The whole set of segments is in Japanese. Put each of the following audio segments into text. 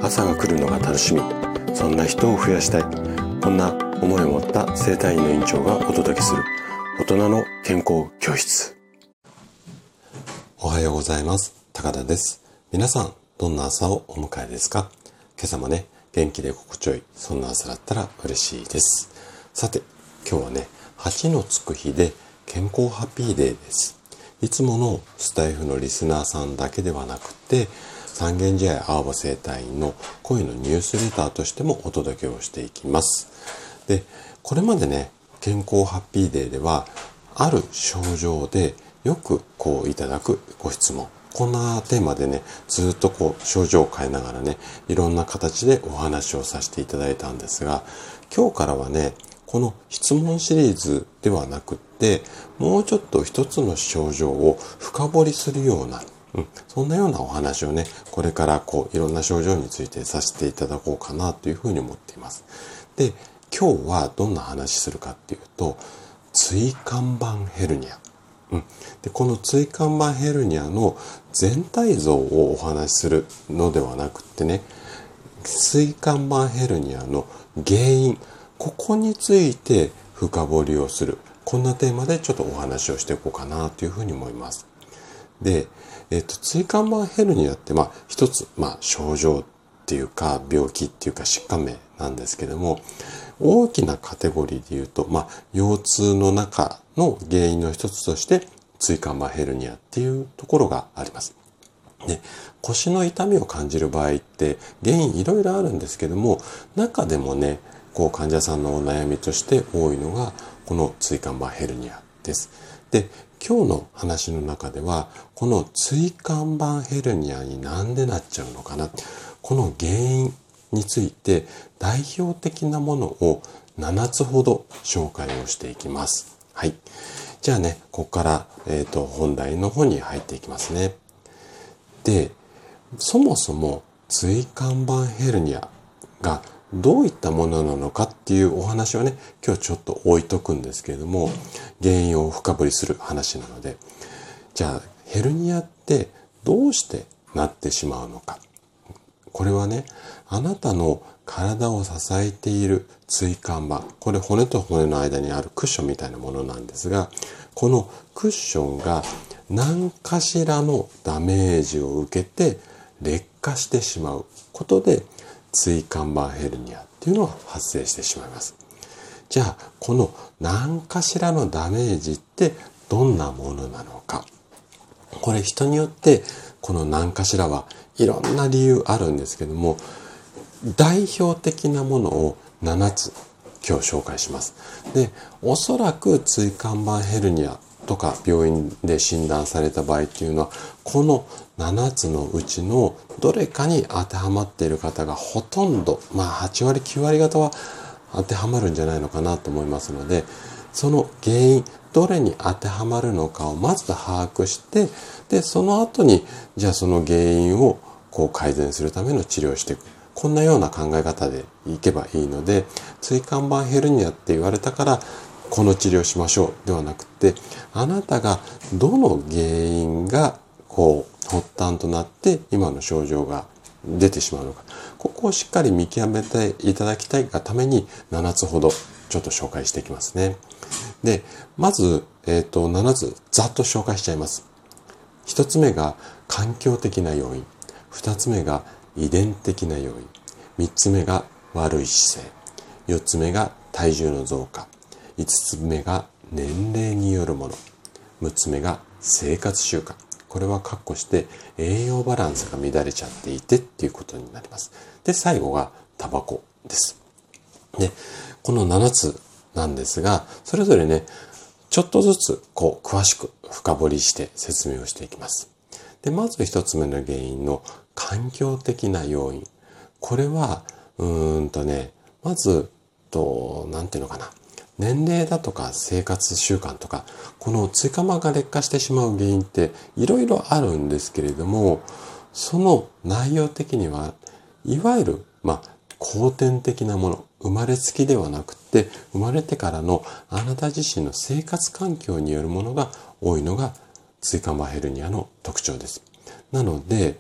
朝が来るのが楽しみ、そんな人を増やしたい、こんな思いを持った整体院の院長がお届けする大人の健康教室。おはようございます。高田です。皆さんどんな朝をお迎えですか？今朝もね、元気で心地よい、そんな朝だったら嬉しいです。さて、今日はね、8のつく日で健康ハッピーデーです。いつものスタイフのリスナーさんだけではなくて、三軒茶屋青葉整体院の声のニュースレターとしてもお届けをしていきます。で、これまでね、健康ハッピーデーでは、ある症状でよくいただくご質問、こんなテーマでね、ずっと症状を変えながらね、いろんな形でお話をさせていただいたんですが、今日からはね、この質問シリーズではなくって、もうちょっと一つの症状を深掘りするような、そんなようなお話をね、これからいろんな症状についてさせていただこうかなというふうに思っています。で、今日はどんな話するかっていうと、椎間板ヘルニア。で、この椎間板ヘルニアの全体像をお話しするのではなくってね、椎間板ヘルニアの原因、ここについて深掘りをする。こんなテーマでちょっとお話をしていこうかなというふうに思います。で、椎間板ヘルニアって一つ症状っていうか病気っていうか疾患名なんですけども、大きなカテゴリーで言うと腰痛の中の原因の一つとして椎間板ヘルニアっていうところがあります。で、腰の痛みを感じる場合って原因いろいろあるんですけども、中でもね、患者さんのお悩みとして多いのがこの椎間板ヘルニアです。で、今日の話の中ではこの椎間板ヘルニアになんでなっちゃうのかな、この原因について代表的なものを7つほど紹介をしていきます。はい。じゃあね、ここから、本題の方に入っていきますね。で、そもそも椎間板ヘルニアがどういったものなのかっていうお話をね、今日ちょっと置いとくんですけれども、原因を深掘りする話なので、じゃあヘルニアってどうしてなってしまうのか。これはね、あなたの体を支えている椎間板、これ骨と骨の間にあるクッションみたいなものなんですが、このクッションが何かしらのダメージを受けて劣化してしまうことで椎間板ヘルニアっていうのは発生してしまいます。じゃあこの何かしらのダメージってどんなものなのか。これ人によってこの何かしらはいろんな理由あるんですけども、代表的なものを7つ今日紹介します。で、おそらく椎間板ヘルニアとか病院で診断された場合っていうのは、この7つのうちのどれかに当てはまっている方がほとんど、8割9割方は当てはまるんじゃないのかなと思いますので、その原因、どれに当てはまるのかをまず把握して、で、その後に、じゃあその原因を改善するための治療をしていく。こんなような考え方でいけばいいので、椎間板ヘルニアって言われたから、この治療しましょうではなくて、あなたがどの原因が発端となって今の症状が出てしまうのか、ここをしっかり見極めていただきたいがために7つほどちょっと紹介していきますね。で、まず、7つざっと紹介しちゃいます。1つ目が環境的な要因、2つ目が遺伝的な要因、3つ目が悪い姿勢、4つ目が体重の増加、5つ目が年齢によるもの、6つ目が生活習慣。これは括弧して栄養バランスが乱れちゃっていてっていうことになります。で、最後がタバコです。で、この7つなんですが、それぞれね、ちょっとずつ詳しく深掘りして説明をしていきます。で、まず1つ目の原因の環境的な要因。これは、まず、なんていうのかな。年齢だとか生活習慣とか、この椎間板が劣化してしまう原因っていろいろあるんですけれども、その内容的には、いわゆる、後天的なもの、生まれつきではなくて、生まれてからのあなた自身の生活環境によるものが多いのが椎間板ヘルニアの特徴です。なので、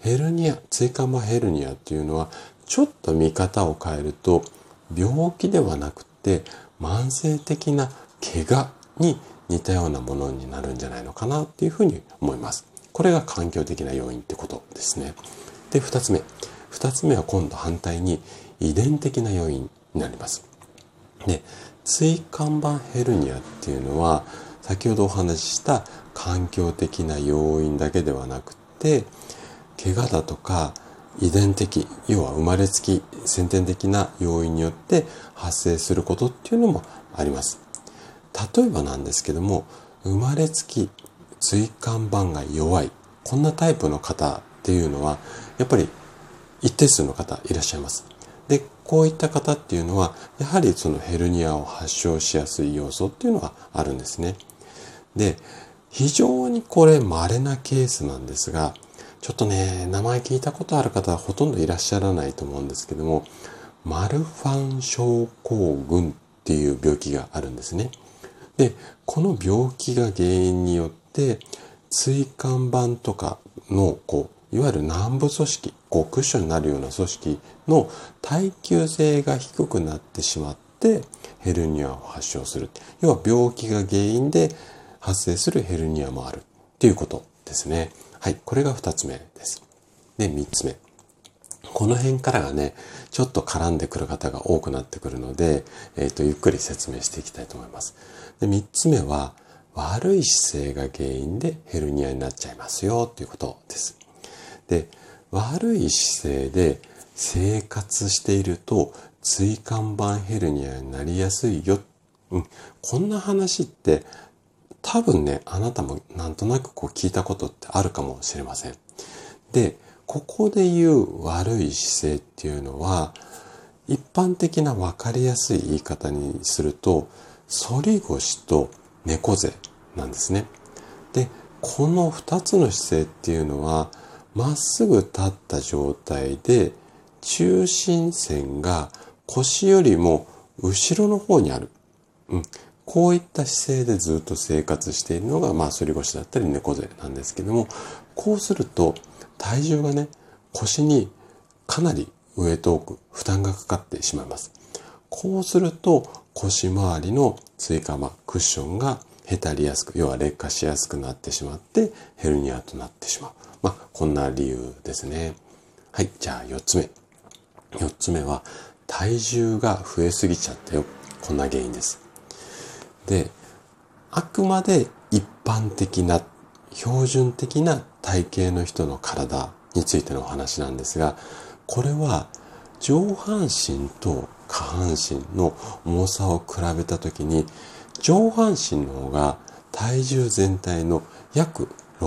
椎間板ヘルニアっていうのは、ちょっと見方を変えると、病気ではなくて、慢性的な怪我に似たようなものになるんじゃないのかなっていうふうに思います。これが環境的な要因ってことですね。で、二つ目は今度反対に遺伝的な要因になります。で、椎間板ヘルニアっていうのは、先ほどお話しした環境的な要因だけではなくて、怪我だとか遺伝的、要は生まれつき先天的な要因によって発生することっていうのもあります。例えばなんですけども、生まれつき椎間板が弱い、こんなタイプの方っていうのはやっぱり一定数の方いらっしゃいます。で、こういった方っていうのはやはりそのヘルニアを発症しやすい要素っていうのがあるんですね。で、非常にこれ稀なケースなんですが、ちょっとね、名前聞いたことある方はほとんどいらっしゃらないと思うんですけども、マルファン症候群っていう病気があるんですね。で、この病気が原因によって椎間板とかのいわゆる軟部組織、クッションになるような組織の耐久性が低くなってしまってヘルニアを発症する。要は病気が原因で発生するヘルニアもあるっていうことですね。はい、これが2つ目です。で、3つ目。この辺からがね、ちょっと絡んでくる方が多くなってくるので、ゆっくり説明していきたいと思います。で、3つ目は、悪い姿勢が原因でヘルニアになっちゃいますよっていうことです。で、悪い姿勢で生活していると椎間板ヘルニアになりやすいよ。こんな話って多分ね、あなたもなんとなく聞いたことってあるかもしれません。で、ここで言う悪い姿勢っていうのは、一般的な分かりやすい言い方にすると、反り腰と猫背なんですね。で、この2つの姿勢っていうのは、まっすぐ立った状態で、中心線が腰よりも後ろの方にある。こういった姿勢でずっと生活しているのが、反り腰だったり猫背なんですけども、こうすると体重がね、腰にかなり上と奥、負担がかかってしまいます。こうすると腰周りの椎間板、クッションがへたりやすく、要は劣化しやすくなってしまってヘルニアとなってしまう。こんな理由ですね。はい、じゃあ4つ目。4つ目は体重が増えすぎちゃったよ。こんな原因です。で、あくまで一般的な標準的な体型の人の体についてのお話なんですが、これは上半身と下半身の重さを比べたときに、上半身の方が体重全体の約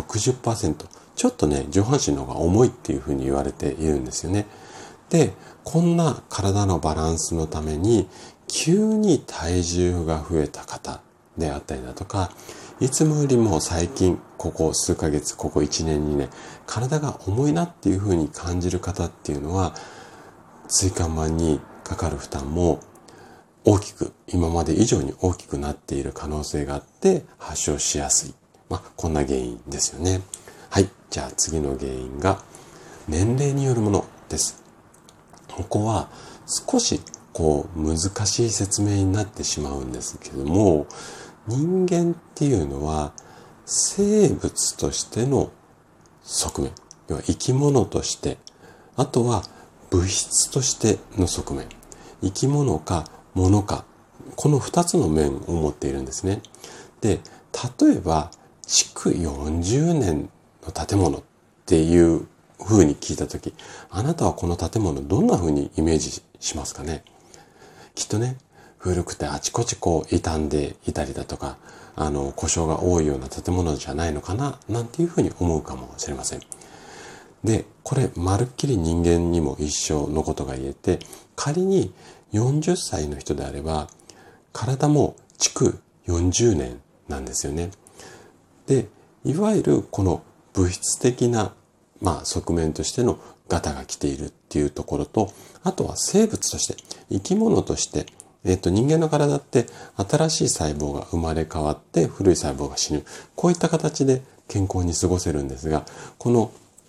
60%、ちょっとね、上半身の方が重いっていうふうに言われているんですよね。で、こんな体のバランスのために、急に体重が増えた方であったりだとか、いつもよりも最近、ここ数ヶ月、ここ1年2年、体が重いなっていうふうに感じる方っていうのは、椎間板にかかる負担も大きく、今まで以上に大きくなっている可能性があって発症しやすい。こんな原因ですよね。はい。じゃあ次の原因が年齢によるものです。ここは少し難しい説明になってしまうんですけども、人間っていうのは生物としての側面、要は生き物として、あとは物質としての側面、生き物か物か、この2つの面を持っているんですね。で、例えば築40年の建物っていう風に聞いたとき、あなたはこの建物どんな風にイメージしますかね。きっとね、古くてあちこち傷んでいたりだとか、故障が多いような建物じゃないのかな、なんていう風に思うかもしれません。で、これまるっきり人間にも一緒のことが言えて、仮に40歳の人であれば、体も築40年なんですよね。で、いわゆるこの物質的な、側面としてのガタが来ているっていうところと、あとは生物として、生き物として、人間の体って新しい細胞が生まれ変わって古い細胞が死ぬ。こういった形で健康に過ごせるんですが、この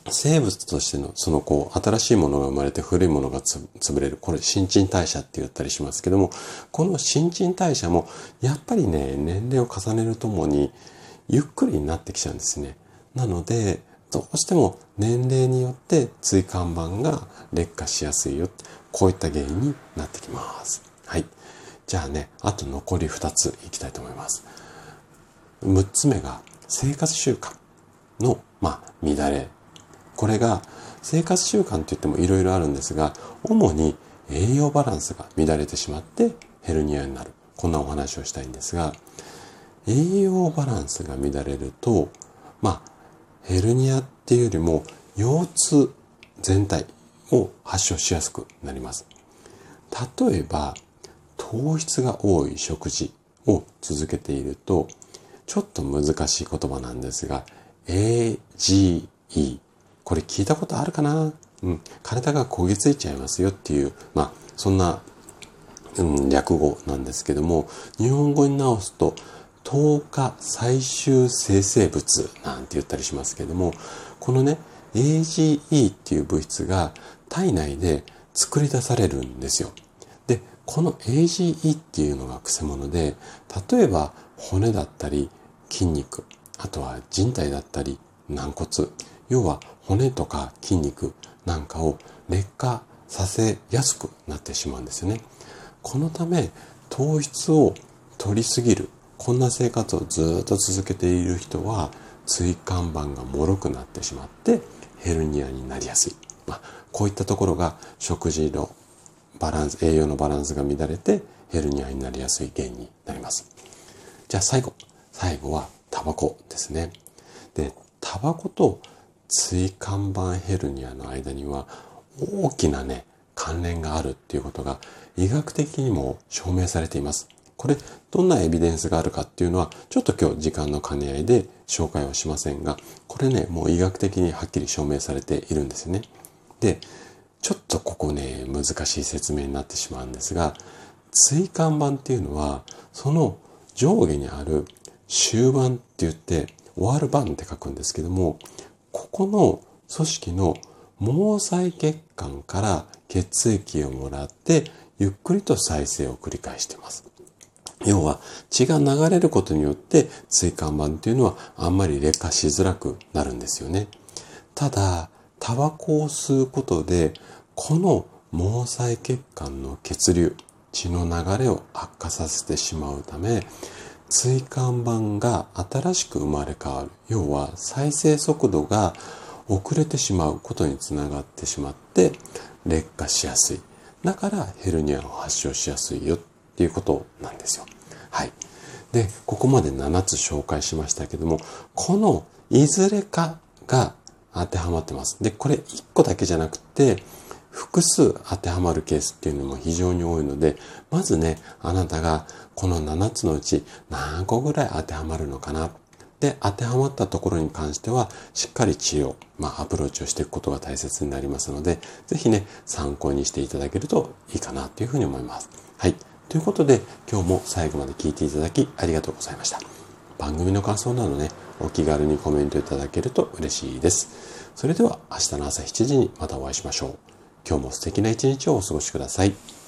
生物としての新しいものが生まれて古いものが潰れる。これ新陳代謝って言ったりしますけども、この新陳代謝もやっぱりね、年齢を重ねるともにゆっくりになってきちゃうんですね。なので、どうしても年齢によって椎間板が劣化しやすいよ。こういった原因になってきます。はい。じゃあね、あと残り2ついきたいと思います。6つ目が生活習慣の、乱れ。これが生活習慣といってもいろいろあるんですが、主に栄養バランスが乱れてしまってヘルニアになる。こんなお話をしたいんですが、栄養バランスが乱れると、ヘルニアっていうよりも腰痛全体を発症しやすくなります。例えば、糖質が多い食事を続けていると、ちょっと難しい言葉なんですが、AGE。これ聞いたことあるかな？体が焦げついちゃいますよっていう、そんな、略語なんですけども、日本語に直すと、糖化最終生成物なんて言ったりしますけども、このね、AGE っていう物質が体内で作り出されるんですよ。で、この AGE っていうのがくせ者で、例えば骨だったり筋肉、あとは人体だったり軟骨、要は骨とか筋肉なんかを劣化させやすくなってしまうんですよね。このため糖質を取りすぎる、こんな生活をずっと続けている人は椎間板が脆くなってしまってヘルニアになりやすい。こういったところが食事のバランス、栄養のバランスが乱れてヘルニアになりやすい原因になります。じゃあ最後はタバコですね。で、タバコと椎間板ヘルニアの間には大きなね、関連があるっていうことが医学的にも証明されています。これ、どんなエビデンスがあるかっていうのは、ちょっと今日時間の兼ね合いで紹介はしませんが、これね、もう医学的にはっきり証明されているんですね。で、ちょっとここね、難しい説明になってしまうんですが、椎間板っていうのは、その上下にある終板って言って、終わる板って書くんですけども、ここの組織の毛細血管から血液をもらって、ゆっくりと再生を繰り返しています。要は血が流れることによって椎間板っていうのはあんまり劣化しづらくなるんですよね。ただ、タバコを吸うことで、この毛細血管の血流、血の流れを悪化させてしまうため、椎間板が新しく生まれ変わる。要は再生速度が遅れてしまうことにつながってしまって劣化しやすい。だからヘルニアを発症しやすいよっていうことなんですよ。はい。で、ここまで7つ紹介しましたけども、このいずれかが当てはまってます。で、これ1個だけじゃなくて、複数当てはまるケースっていうのも非常に多いので、まずね、あなたがこの7つのうち何個ぐらい当てはまるのかな。で、当てはまったところに関しては、しっかり治療、アプローチをしていくことが大切になりますので、ぜひね、参考にしていただけるといいかなというふうに思います。はい。ということで、今日も最後まで聞いていただきありがとうございました。番組の感想などね、お気軽にコメントいただけると嬉しいです。それでは明日の朝7時にまたお会いしましょう。今日も素敵な一日をお過ごしください。